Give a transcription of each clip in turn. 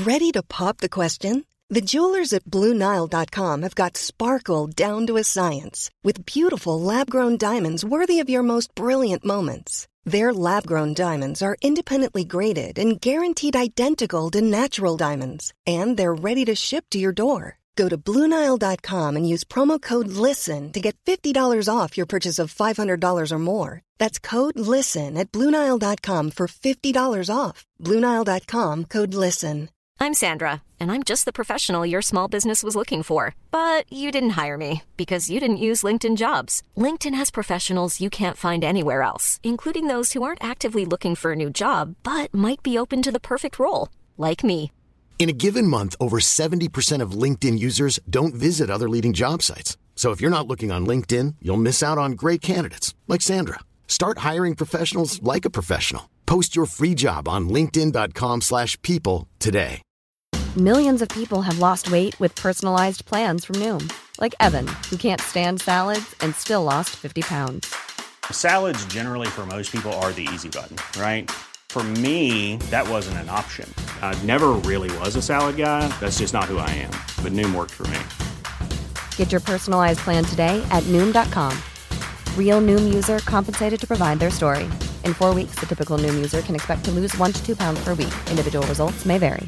Ready to pop the question? The jewelers at BlueNile.com have got sparkle down to a science with beautiful lab-grown diamonds worthy of your most brilliant moments. Their lab-grown diamonds are independently graded and guaranteed identical to natural diamonds, and they're ready to ship to your door. Go to BlueNile.com and use promo code LISTEN to get $50 off your purchase of $500 or more. That's code LISTEN at BlueNile.com for $50 off. BlueNile.com, code LISTEN. I'm Sandra, and I'm just the professional your small business was looking for. But you didn't hire me because you didn't use LinkedIn Jobs. LinkedIn has professionals you can't find anywhere else, including those who aren't actively looking for a new job, but might be open to the perfect role, like me. In a given month, over 70% of LinkedIn users don't visit other leading job sites. So if you're not looking on LinkedIn, you'll miss out on great candidates like Sandra. Start hiring professionals like a professional. Post your free job on linkedin.com/people today. Millions of people have lost weight with personalized plans from Noom. Like Evan, who can't stand salads and still lost 50 pounds. Salads generally for most people are the easy button, right? For me, that wasn't an option. I never really was a salad guy. That's just not who I am. But Noom worked for me. Get your personalized plan today at Noom.com. Real Noom user compensated to provide their story. In 4 weeks, the typical Noom user can expect to lose 1 to 2 pounds per week. Individual results may vary.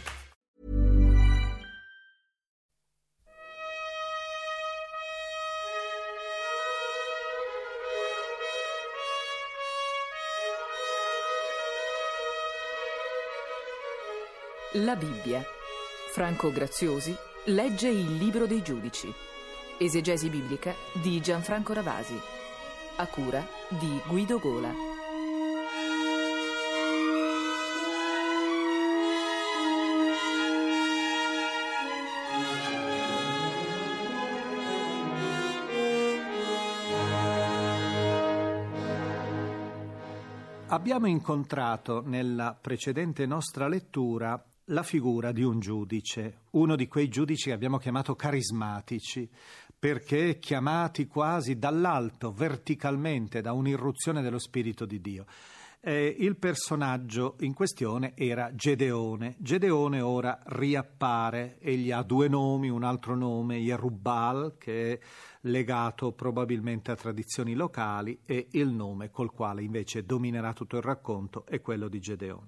La Bibbia. Franco Graziosi legge il Libro dei Giudici. Esegesi biblica di Gianfranco Ravasi. A cura di Guido Gola. Abbiamo incontrato nella precedente nostra lettura la figura di un giudice, uno di quei giudici che abbiamo chiamato carismatici, perché chiamati quasi dall'alto, verticalmente, da un'irruzione dello Spirito di Dio. Il personaggio in questione era Gedeone. Gedeone ora riappare, egli ha 2 nomi, un altro nome, Yerubbal, che è legato probabilmente a tradizioni locali, e il nome col quale invece dominerà tutto il racconto è quello di Gedeone.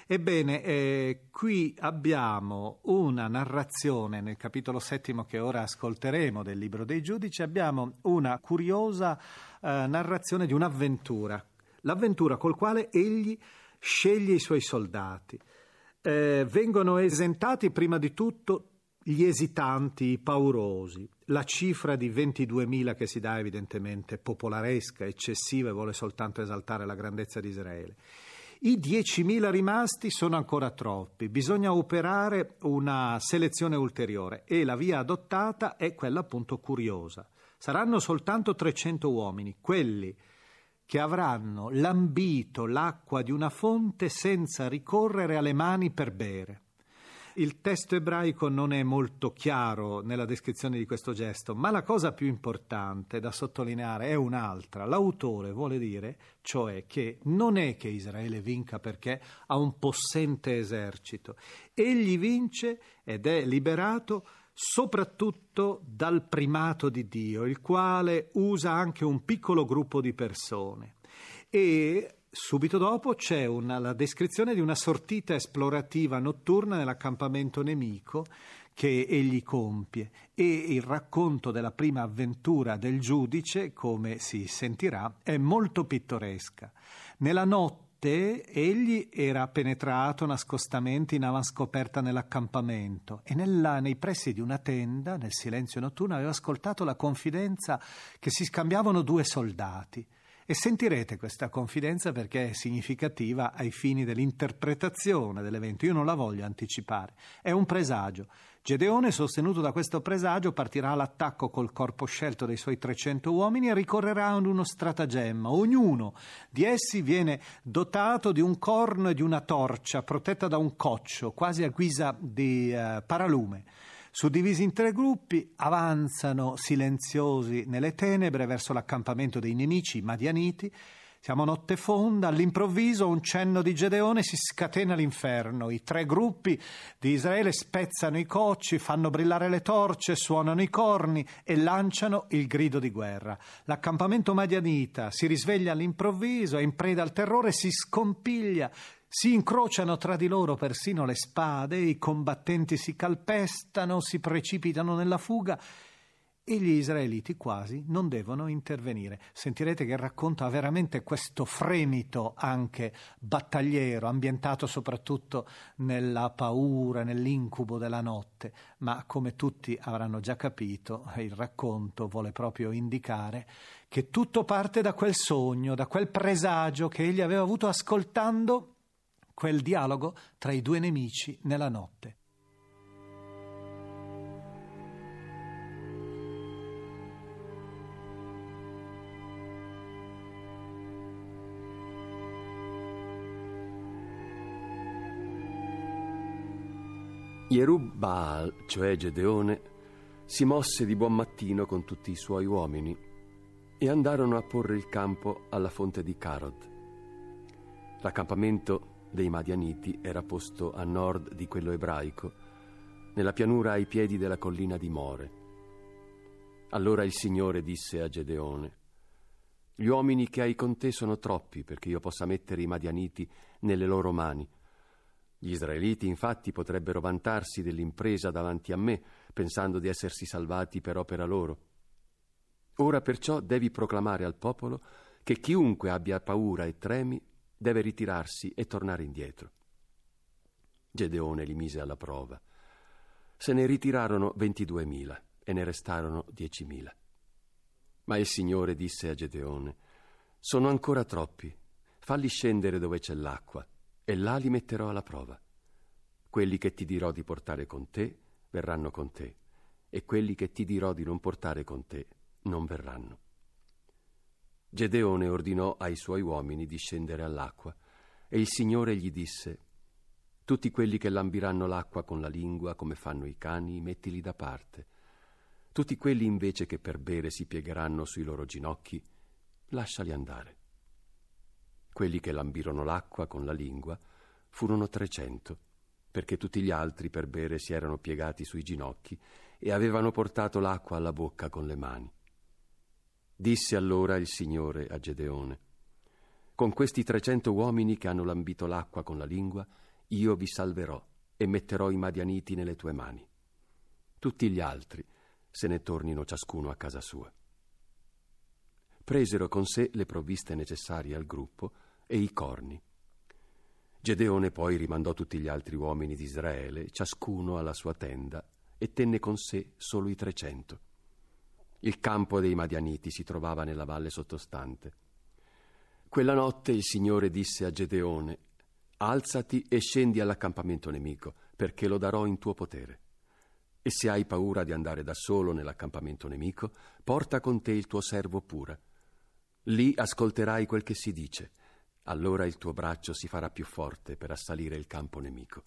Ebbene, qui abbiamo una narrazione nel capitolo 7 che ora ascolteremo del Libro dei Giudici, abbiamo una curiosa narrazione di un'avventura, l'avventura col quale egli sceglie i suoi soldati. Vengono esentati prima di tutto gli esitanti, i paurosi. La cifra di 22.000 che si dà evidentemente popolaresca, eccessiva, e vuole soltanto esaltare la grandezza di Israele. I 10.000 rimasti sono ancora troppi, bisogna operare una selezione ulteriore e la via adottata è quella appunto curiosa. Saranno soltanto 300 uomini, quelli che avranno lambito l'acqua di una fonte senza ricorrere alle mani per bere. Il testo ebraico non è molto chiaro nella descrizione di questo gesto, ma la cosa più importante da sottolineare è un'altra. L'autore vuole dire, cioè, che non è che Israele vinca perché ha un possente esercito. Egli vince ed è liberato soprattutto dal primato di Dio, il quale usa anche un piccolo gruppo di persone. E subito dopo c'è la descrizione di una sortita esplorativa notturna nell'accampamento nemico che egli compie, e il racconto della prima avventura del giudice, come si sentirà, è molto pittoresca. Nella notte egli era penetrato nascostamente in avanscoperta nell'accampamento e nei pressi di una tenda, nel silenzio notturno, aveva ascoltato la confidenza che si scambiavano 2 soldati. E sentirete questa confidenza perché è significativa ai fini dell'interpretazione dell'evento. Io non la voglio anticipare, è un presagio. Gedeone, sostenuto da questo presagio, partirà all'attacco col corpo scelto dei suoi 300 uomini e ricorrerà ad uno stratagemma. Ognuno di essi viene dotato di un corno e di una torcia protetta da un coccio, quasi a guisa di paralume. Suddivisi in 3 gruppi, avanzano silenziosi nelle tenebre verso l'accampamento dei nemici, i Madianiti. Siamo notte fonda, all'improvviso un cenno di Gedeone, si scatena l'inferno. I 3 gruppi di Israele spezzano i cocci, fanno brillare le torce, suonano i corni e lanciano il grido di guerra. L'accampamento madianita si risveglia all'improvviso, è in preda al terrore, si scompiglia. Si incrociano tra di loro persino le spade, i combattenti si calpestano, si precipitano nella fuga e gli israeliti quasi non devono intervenire. Sentirete che il racconto ha veramente questo fremito anche battagliero, ambientato soprattutto nella paura, nell'incubo della notte, ma come tutti avranno già capito, il racconto vuole proprio indicare che tutto parte da quel sogno, da quel presagio che egli aveva avuto ascoltando quel dialogo tra i 2 nemici nella notte. Jerub-Baal, cioè Gedeone, si mosse di buon mattino con tutti i suoi uomini e andarono a porre il campo alla fonte di Carod. L'accampamento dei Madianiti era posto a nord di quello ebraico, nella pianura ai piedi della collina di More. Allora il Signore disse a Gedeone: «Gli uomini che hai con te sono troppi perché io possa mettere i Madianiti nelle loro mani. Gli israeliti infatti potrebbero vantarsi dell'impresa davanti a me, pensando di essersi salvati per opera loro. Ora perciò devi proclamare al popolo che chiunque abbia paura e tremi deve ritirarsi e tornare indietro». Gedeone li mise alla prova. Se ne ritirarono 22.000 e ne restarono 10.000. Ma il Signore disse a Gedeone: «Sono ancora troppi, falli scendere dove c'è l'acqua, e là li metterò alla prova. Quelli che ti dirò di portare con te verranno con te, e quelli che ti dirò di non portare con te non verranno». Gedeone ordinò ai suoi uomini di scendere all'acqua, e il Signore gli disse: «Tutti quelli che lambiranno l'acqua con la lingua, come fanno i cani, mettili da parte. Tutti quelli invece che per bere si piegheranno sui loro ginocchi, lasciali andare». Quelli che lambirono l'acqua con la lingua furono 300, perché tutti gli altri per bere si erano piegati sui ginocchi e avevano portato l'acqua alla bocca con le mani. Disse allora il Signore a Gedeone: «Con questi 300 uomini che hanno lambito l'acqua con la lingua, io vi salverò e metterò i Madianiti nelle tue mani. Tutti gli altri se ne tornino ciascuno a casa sua». Presero con sé le provviste necessarie al gruppo e i corni. Gedeone poi rimandò tutti gli altri uomini di Israele, ciascuno alla sua tenda, e tenne con sé solo i 300. Il campo dei Madianiti si trovava nella valle sottostante. Quella notte il Signore disse a Gedeone: «Alzati e scendi all'accampamento nemico, perché lo darò in tuo potere. E se hai paura di andare da solo nell'accampamento nemico, porta con te il tuo servo Pura. Lì ascolterai quel che si dice. Allora il tuo braccio si farà più forte per assalire il campo nemico».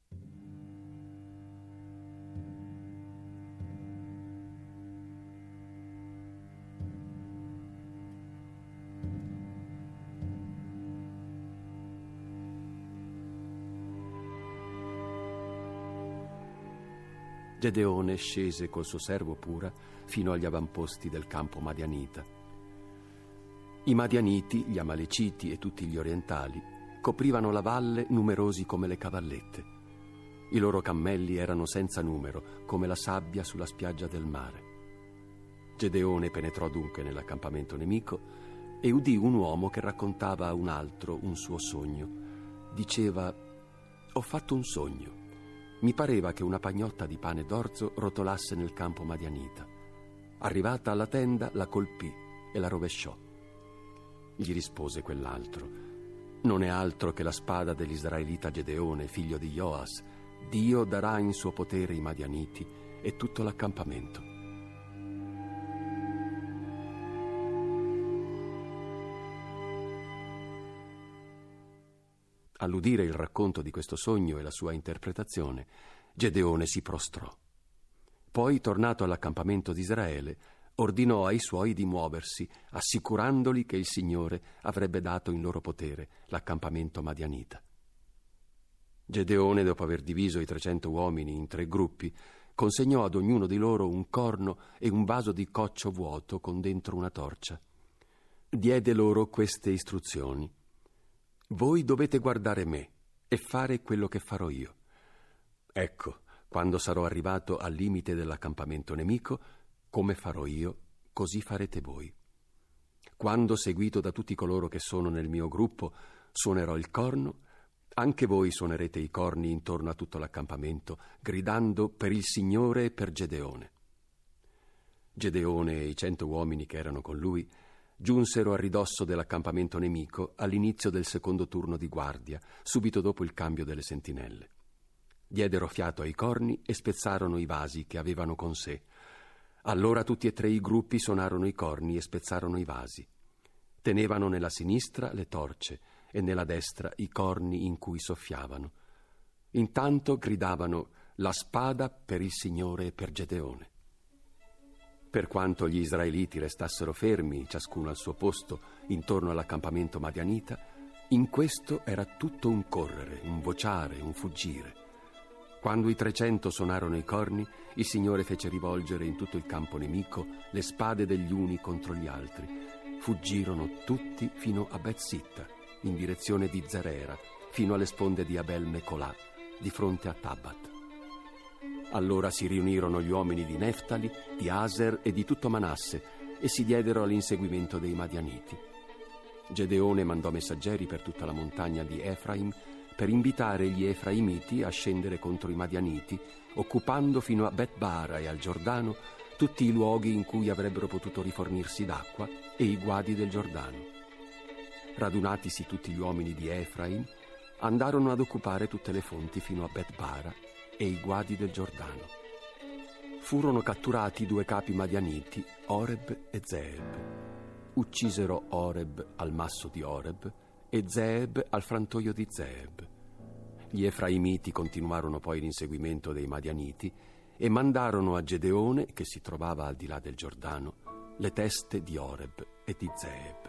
Gedeone scese col suo servo Pura fino agli avamposti del campo madianita. I Madianiti, gli Amaleciti e tutti gli orientali coprivano la valle numerosi come le cavallette. I loro cammelli erano senza numero, come la sabbia sulla spiaggia del mare. Gedeone penetrò dunque nell'accampamento nemico e udì un uomo che raccontava a un altro un suo sogno. Diceva: «Ho fatto un sogno. Mi pareva che una pagnotta di pane d'orzo rotolasse nel campo madianita. Arrivata alla tenda, la colpì e la rovesciò». Gli rispose quell'altro: «Non è altro che la spada dell'israelita Gedeone, figlio di Joas. Dio darà in suo potere i Madianiti e tutto l'accampamento». All'udire il racconto di questo sogno e la sua interpretazione, Gedeone si prostrò. Poi, tornato all'accampamento di Israele, ordinò ai suoi di muoversi, assicurandoli che il Signore avrebbe dato in loro potere l'accampamento madianita. Gedeone, dopo aver diviso i 300 uomini in 3 gruppi, consegnò ad ognuno di loro un corno e un vaso di coccio vuoto con dentro una torcia. Diede loro queste istruzioni: voi dovete guardare me e fare quello che farò io. Ecco, quando sarò arrivato al limite dell'accampamento nemico, come farò io, così farete voi. Quando, seguito da tutti coloro che sono nel mio gruppo, suonerò il corno, anche voi suonerete i corni intorno a tutto l'accampamento, gridando per il Signore e per Gedeone. Gedeone e i 100 uomini che erano con lui giunsero a ridosso dell'accampamento nemico all'inizio del secondo turno di guardia, subito dopo il cambio delle sentinelle. Diedero fiato ai corni e spezzarono i vasi che avevano con sé. Allora tutti e 3 i gruppi suonarono i corni e spezzarono i vasi. Tenevano nella sinistra le torce e nella destra i corni in cui soffiavano. Intanto gridavano: la spada per il Signore e per Gedeone. Per quanto gli israeliti restassero fermi, ciascuno al suo posto, intorno all'accampamento madianita, in questo era tutto un correre, un vociare, un fuggire. Quando i 300 suonarono i corni, il Signore fece rivolgere in tutto il campo nemico le spade degli uni contro gli altri. Fuggirono tutti fino a Bet-Sitta, in direzione di Zerera, fino alle sponde di Abel Mecolà, di fronte a Tabat. Allora si riunirono gli uomini di Neftali, di Aser e di tutto Manasse e si diedero all'inseguimento dei Madianiti. Gedeone mandò messaggeri per tutta la montagna di Efraim per invitare gli Efraimiti a scendere contro i Madianiti, occupando fino a Bet-Bara e al Giordano tutti i luoghi in cui avrebbero potuto rifornirsi d'acqua e i guadi del Giordano. Radunatisi tutti gli uomini di Efraim, andarono ad occupare tutte le fonti fino a Bet-Bara e i guadi del Giordano. Furono catturati 2 capi madianiti, Oreb e Zeeb. Uccisero Oreb al masso di Oreb e Zeeb al frantoio di Zeeb. Gli Efraimiti continuarono poi l'inseguimento dei Madianiti e mandarono a Gedeone, che si trovava al di là del Giordano, le teste di Oreb e di Zeeb.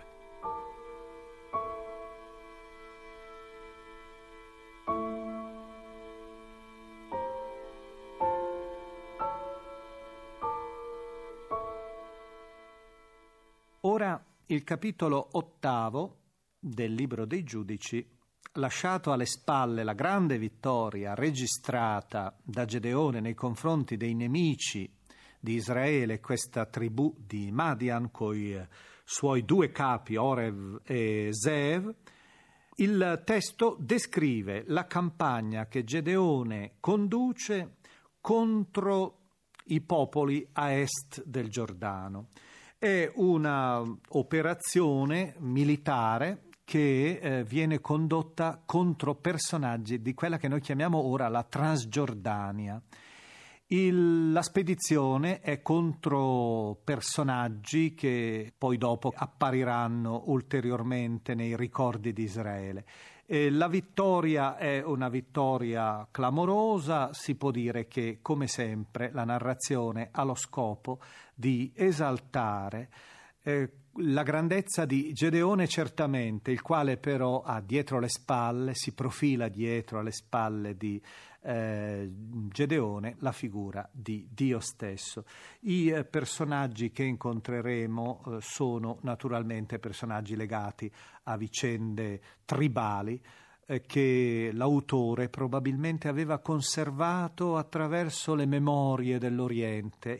Ora il capitolo 8 del Libro dei Giudici, lasciato alle spalle la grande vittoria registrata da Gedeone nei confronti dei nemici di Israele, questa tribù di Madian coi suoi 2 capi Oreb e Zeeb, il testo descrive la campagna che Gedeone conduce contro i popoli a est del Giordano. È una operazione militare che viene condotta contro personaggi di quella che noi chiamiamo ora la Transgiordania. La spedizione è contro personaggi che poi dopo appariranno ulteriormente nei ricordi di Israele. La vittoria è una vittoria clamorosa, si può dire che, come sempre, la narrazione ha lo scopo di esaltare la grandezza di Gedeone certamente, il quale però ha dietro le spalle, si profila dietro alle spalle di Gedeone la figura di Dio stesso. I personaggi che incontreremo sono naturalmente personaggi legati a vicende tribali che l'autore probabilmente aveva conservato attraverso le memorie dell'Oriente.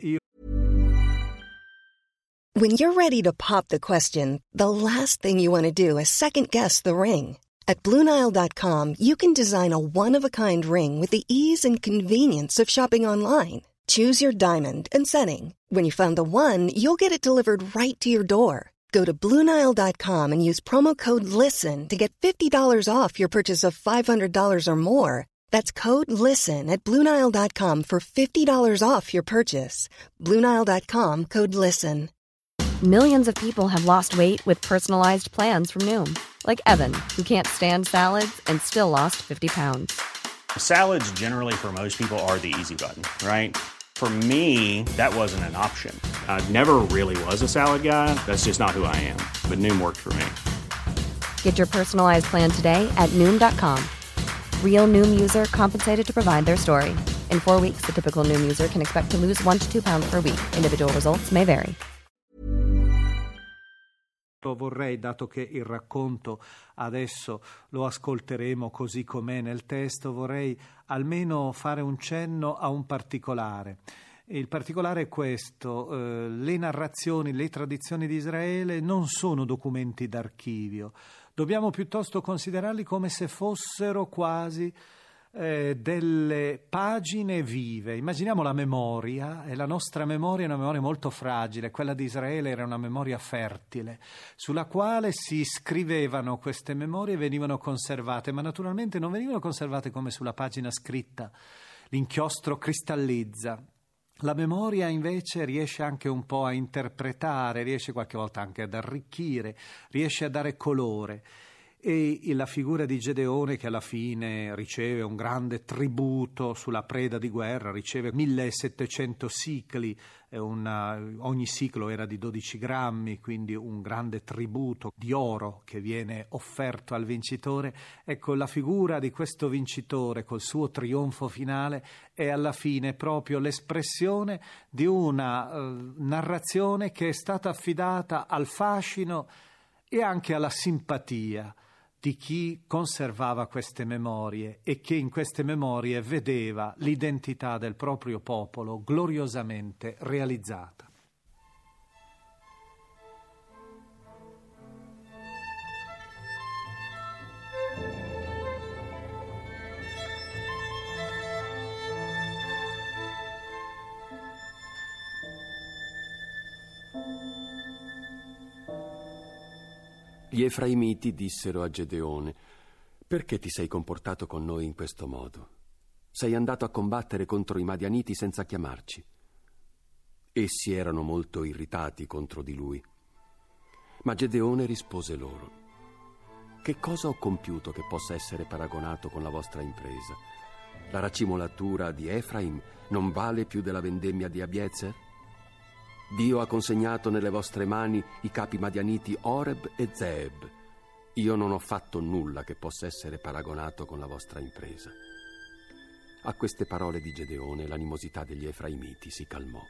When you're ready to pop the question, the last thing you want to do is second-guess the ring. At BlueNile.com, you can design a one-of-a-kind ring with the ease and convenience of shopping online. Choose your diamond and setting. When you find the one, you'll get it delivered right to your door. Go to BlueNile.com and use promo code LISTEN to get $50 off your purchase of $500 or more. That's code LISTEN at BlueNile.com for $50 off your purchase. BlueNile.com, code LISTEN. Millions of people have lost weight with personalized plans from Noom. Like Evan, who can't stand salads and still lost 50 pounds. Salads generally for most people are the easy button, right? For me, that wasn't an option. I never really was a salad guy. That's just not who I am. But Noom worked for me. Get your personalized plan today at Noom.com. Real Noom user compensated to provide their story. In 4 weeks, the typical Noom user can expect to lose 1 to 2 pounds per week. Individual results may vary. Vorrei, dato che il racconto adesso lo ascolteremo così com'è nel testo, vorrei almeno fare un cenno a un particolare. Il particolare è questo: le narrazioni, le tradizioni di Israele non sono documenti d'archivio, dobbiamo piuttosto considerarli come se fossero quasi delle pagine vive. Immaginiamo la memoria, e la nostra memoria è una memoria molto fragile, quella di Israele era una memoria fertile, sulla quale si scrivevano queste memorie e venivano conservate, ma naturalmente non venivano conservate come sulla pagina scritta, l'inchiostro cristallizza. La memoria invece riesce anche un po' a interpretare, riesce qualche volta anche ad arricchire, riesce a dare colore. E la figura di Gedeone, che alla fine riceve un grande tributo sulla preda di guerra, riceve 1700 sicli, ogni siclo era di 12 grammi, quindi un grande tributo di oro che viene offerto al vincitore. Ecco, la figura di questo vincitore col suo trionfo finale è alla fine proprio l'espressione di una narrazione che è stata affidata al fascino e anche alla simpatia di chi conservava queste memorie e che in queste memorie vedeva l'identità del proprio popolo gloriosamente realizzata. Gli Efraimiti dissero a Gedeone: perché ti sei comportato con noi in questo modo? Sei andato a combattere contro i Madianiti senza chiamarci. Essi erano molto irritati contro di lui. Ma Gedeone rispose loro: che cosa ho compiuto che possa essere paragonato con la vostra impresa? La racimolatura di Efraim non vale più della vendemmia di Abiezer? Dio ha consegnato nelle vostre mani i capi madianiti Oreb e Zeeb. Io non ho fatto nulla che possa essere paragonato con la vostra impresa. A queste parole di Gedeone l'animosità degli Efraimiti si calmò.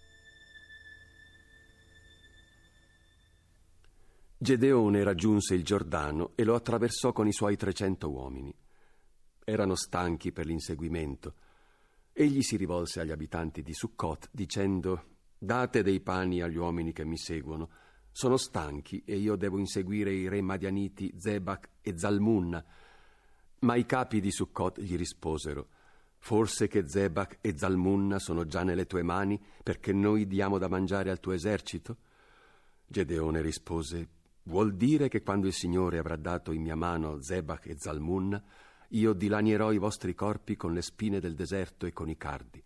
Gedeone raggiunse il Giordano e lo attraversò con i suoi 300 uomini. Erano stanchi per l'inseguimento. Egli si rivolse agli abitanti di Succot dicendo: date dei pani agli uomini che mi seguono. Sono stanchi e io devo inseguire i re madianiti Zebach e Zalmunna. Ma i capi di Succot gli risposero: forse che Zebach e Zalmunna sono già nelle tue mani perché noi diamo da mangiare al tuo esercito? Gedeone rispose: vuol dire che quando il Signore avrà dato in mia mano Zebach e Zalmunna, io dilanierò i vostri corpi con le spine del deserto e con i cardi.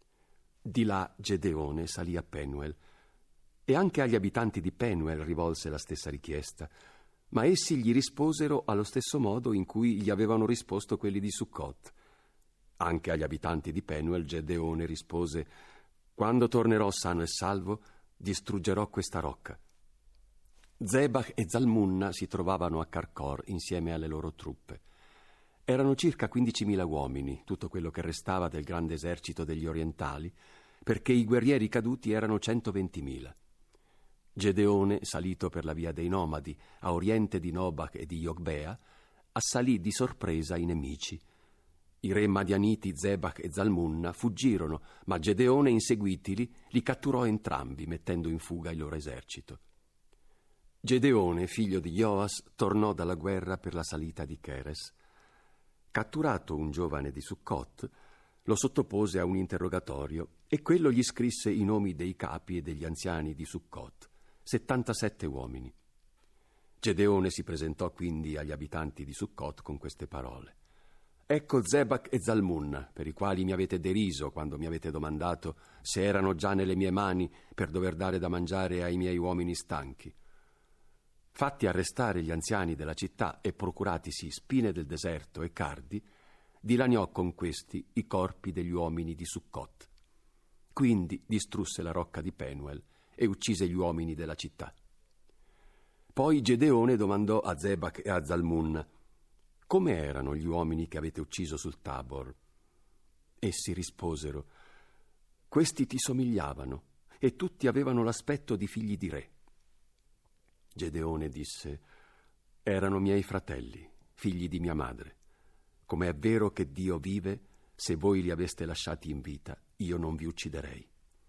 Di là Gedeone salì a Penuel, e anche agli abitanti di Penuel rivolse la stessa richiesta, ma essi gli risposero allo stesso modo in cui gli avevano risposto quelli di Succot. Anche agli abitanti di Penuel Gedeone rispose: quando tornerò sano e salvo, distruggerò questa rocca. Zebach e Zalmunna si trovavano a Carcor insieme alle loro truppe. Erano circa 15.000 uomini, tutto quello che restava del grande esercito degli orientali, perché i guerrieri caduti erano 120.000. Gedeone, salito per la via dei nomadi, a oriente di Nobach e di Jogbea, assalì di sorpresa i nemici. I re madianiti Zebach e Zalmunna fuggirono, ma Gedeone, inseguitili, li catturò entrambi, mettendo in fuga il loro esercito. Gedeone, figlio di Joas, tornò dalla guerra per la salita di Cheres. Catturato un giovane di Succot, lo sottopose a un interrogatorio e quello gli scrisse i nomi dei capi e degli anziani di Succot, 77 uomini. Gedeone si presentò quindi agli abitanti di Succot con queste parole: ecco Zebach e Zalmunna, per i quali mi avete deriso quando mi avete domandato se erano già nelle mie mani per dover dare da mangiare ai miei uomini stanchi. Fatti arrestare gli anziani della città e procuratisi spine del deserto e cardi, dilaniò con questi i corpi degli uomini di Succot. Quindi distrusse la rocca di Penuel e uccise gli uomini della città. Poi Gedeone domandò a Zebach e a Zalmunna: come erano gli uomini che avete ucciso sul Tabor? Essi risposero: questi ti somigliavano e tutti avevano l'aspetto di figli di re. Gedeone disse: erano miei fratelli, figli di mia madre. Come è vero che Dio vive, se voi li aveste lasciati in vita, io non vi ucciderei.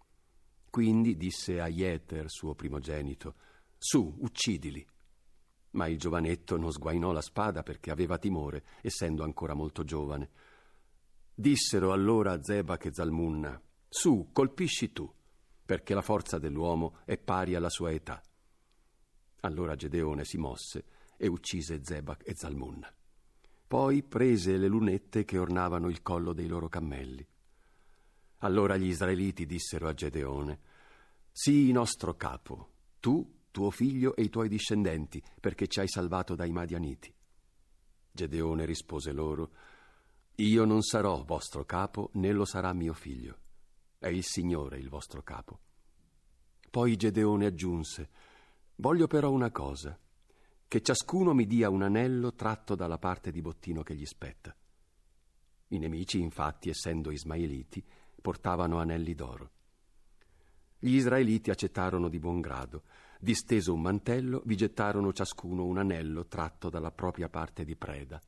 Quindi disse a Jeter, suo primogenito: su, uccidili. Ma il giovanetto non sguainò la spada perché aveva timore, essendo ancora molto giovane. Dissero allora a Zebach e Zalmunna: su, colpisci tu, perché la forza dell'uomo è pari alla sua età. Allora Gedeone si mosse e uccise Zebach e Zalmunna. Poi prese le lunette che ornavano il collo dei loro cammelli. Allora gli israeliti dissero a Gedeone: sii nostro capo, tu, tuo figlio e i tuoi discendenti, perché ci hai salvato dai Madianiti. Gedeone rispose loro: io non sarò vostro capo, né lo sarà mio figlio. È il Signore il vostro capo. Poi Gedeone aggiunse: voglio però una cosa, che ciascuno mi dia un anello tratto dalla parte di bottino che gli spetta. I nemici, infatti, essendo ismaeliti, portavano anelli d'oro. Gli israeliti accettarono di buon grado. Disteso un mantello, vi gettarono ciascuno un anello tratto dalla propria parte di preda.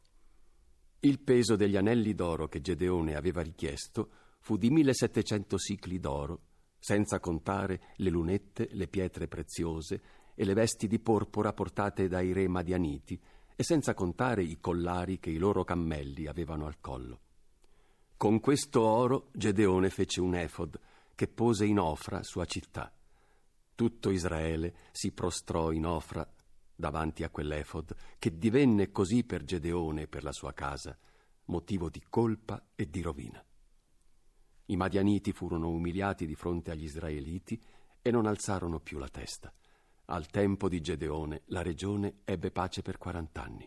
Il peso degli anelli d'oro che Gedeone aveva richiesto fu di 1700 sicli d'oro, senza contare le lunette, le pietre preziose e le vesti di porpora portate dai re madianiti, e senza contare i collari che i loro cammelli avevano al collo. Con questo oro Gedeone fece un efod che pose in Ofra, sua città. Tutto Israele si prostrò in Ofra davanti a quell'efod, che divenne così per Gedeone e per la sua casa motivo di colpa e di rovina. I Madianiti furono umiliati di fronte agli israeliti e non alzarono più la testa. Al tempo di Gedeone la regione ebbe pace per 40 anni.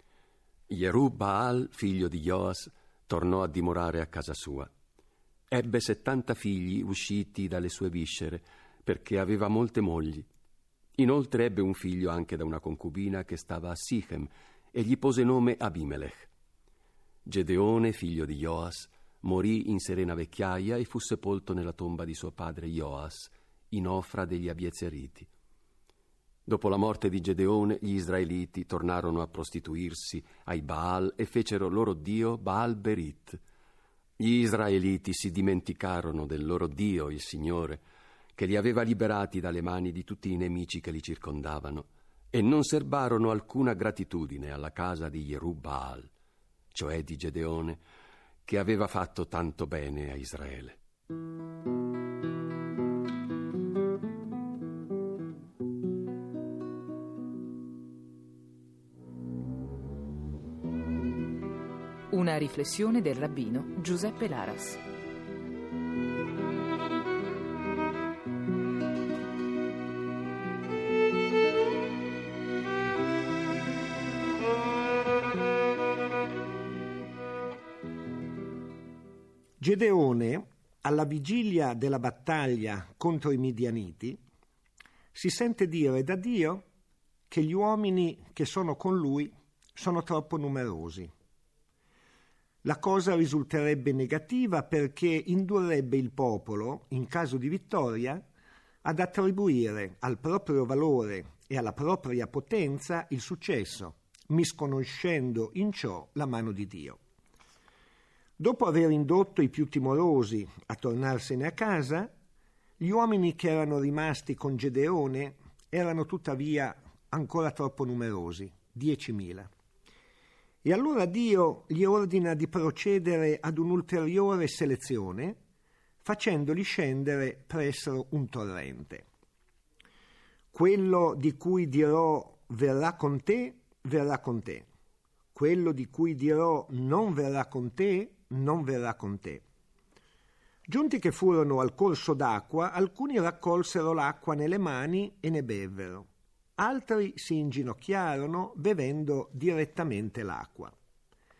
Jerub-Baal, figlio di Joas, tornò a dimorare a casa sua. Ebbe 70 figli usciti dalle sue viscere, perché aveva molte mogli. Inoltre ebbe un figlio anche da una concubina che stava a Sichem, e gli pose nome Abimelech. Gedeone, figlio di Joas, morì in serena vecchiaia e fu sepolto nella tomba di suo padre Joas, in Ofra degli Abiezeriti. Dopo la morte di Gedeone, gli israeliti tornarono a prostituirsi ai Baal e fecero loro dio Baal Berit. Gli israeliti si dimenticarono del loro Dio, il Signore, che li aveva liberati dalle mani di tutti i nemici che li circondavano, e non serbarono alcuna gratitudine alla casa di Jerub-Baal, cioè di Gedeone, che aveva fatto tanto bene a Israele. Una riflessione del rabbino Giuseppe Laras. Gedeone, alla vigilia della battaglia contro i Midianiti, si sente dire da Dio che gli uomini che sono con lui sono troppo numerosi. La cosa risulterebbe negativa perché indurrebbe il popolo, in caso di vittoria, ad attribuire al proprio valore e alla propria potenza il successo, misconoscendo in ciò la mano di Dio. Dopo aver indotto i più timorosi a tornarsene a casa, gli uomini che erano rimasti con Gedeone erano tuttavia ancora troppo numerosi, 10.000. E allora Dio gli ordina di procedere ad un'ulteriore selezione, facendoli scendere presso un torrente. Quello di cui dirò verrà con te, verrà con te. Quello di cui dirò non verrà con te, non verrà con te. Giunti che furono al corso d'acqua, alcuni raccolsero l'acqua nelle mani e ne bevvero. Altri si inginocchiarono bevendo direttamente l'acqua.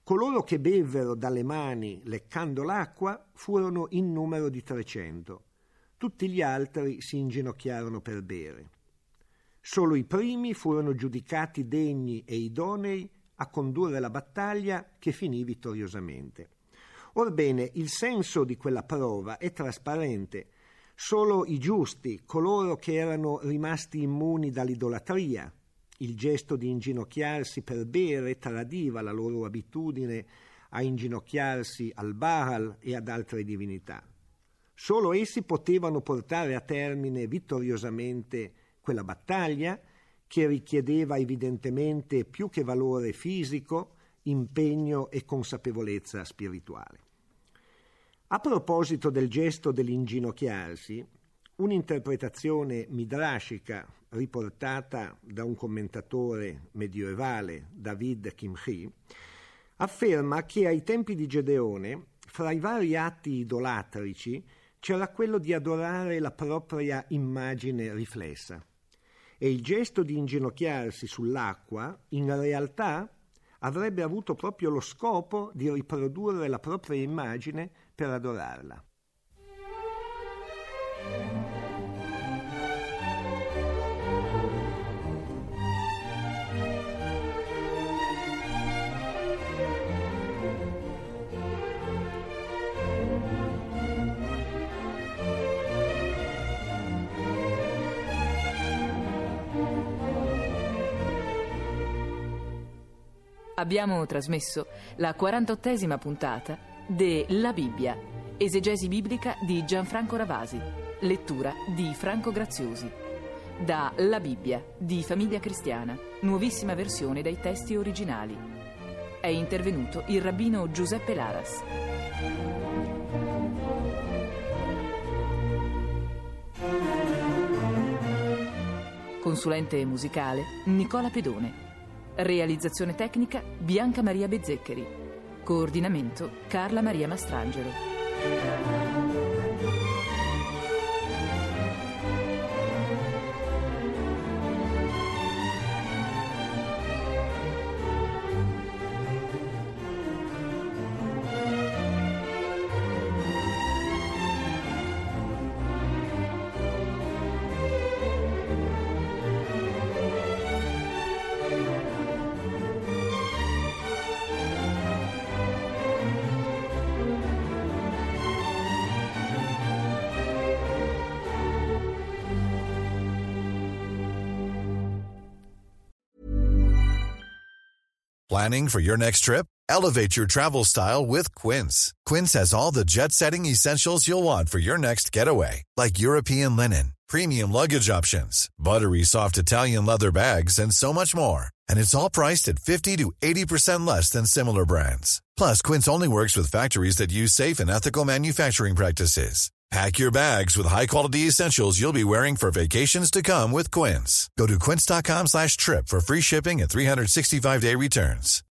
Coloro che bevvero dalle mani leccando l'acqua furono in numero di 300. Tutti gli altri si inginocchiarono per bere. Solo i primi furono giudicati degni e idonei a condurre la battaglia, che finì vittoriosamente. Orbene, il senso di quella prova è trasparente. Solo i giusti, coloro che erano rimasti immuni dall'idolatria, il gesto di inginocchiarsi per bere tradiva la loro abitudine a inginocchiarsi al Baal e ad altre divinità. Solo essi potevano portare a termine vittoriosamente quella battaglia, che richiedeva evidentemente più che valore fisico, impegno e consapevolezza spirituale. A proposito del gesto dell'inginocchiarsi, un'interpretazione midrashica riportata da un commentatore medievale, David Kimchi, afferma che ai tempi di Gedeone, fra i vari atti idolatrici, c'era quello di adorare la propria immagine riflessa, e il gesto di inginocchiarsi sull'acqua in realtà avrebbe avuto proprio lo scopo di riprodurre la propria immagine per adorarla. Abbiamo trasmesso la 48esima puntata de La Bibbia, esegesi biblica di Gianfranco Ravasi, lettura di Franco Graziosi. Da La Bibbia di Famiglia Cristiana, nuovissima versione dai testi originali. È intervenuto il rabbino Giuseppe Laras. Consulente musicale Nicola Pedone. Realizzazione tecnica Bianca Maria Bezzeccheri. Coordinamento Carla Maria Mastrangelo. Planning for your next trip? Elevate your travel style with Quince. Quince has all the jet-setting essentials you'll want for your next getaway, like European linen, premium luggage options, buttery soft Italian leather bags, and so much more. And it's all priced at 50 to 80% less than similar brands. Plus, Quince only works with factories that use safe and ethical manufacturing practices. Pack your bags with high-quality essentials you'll be wearing for vacations to come with Quince. Go to quince.com/trip for free shipping and 365-day returns.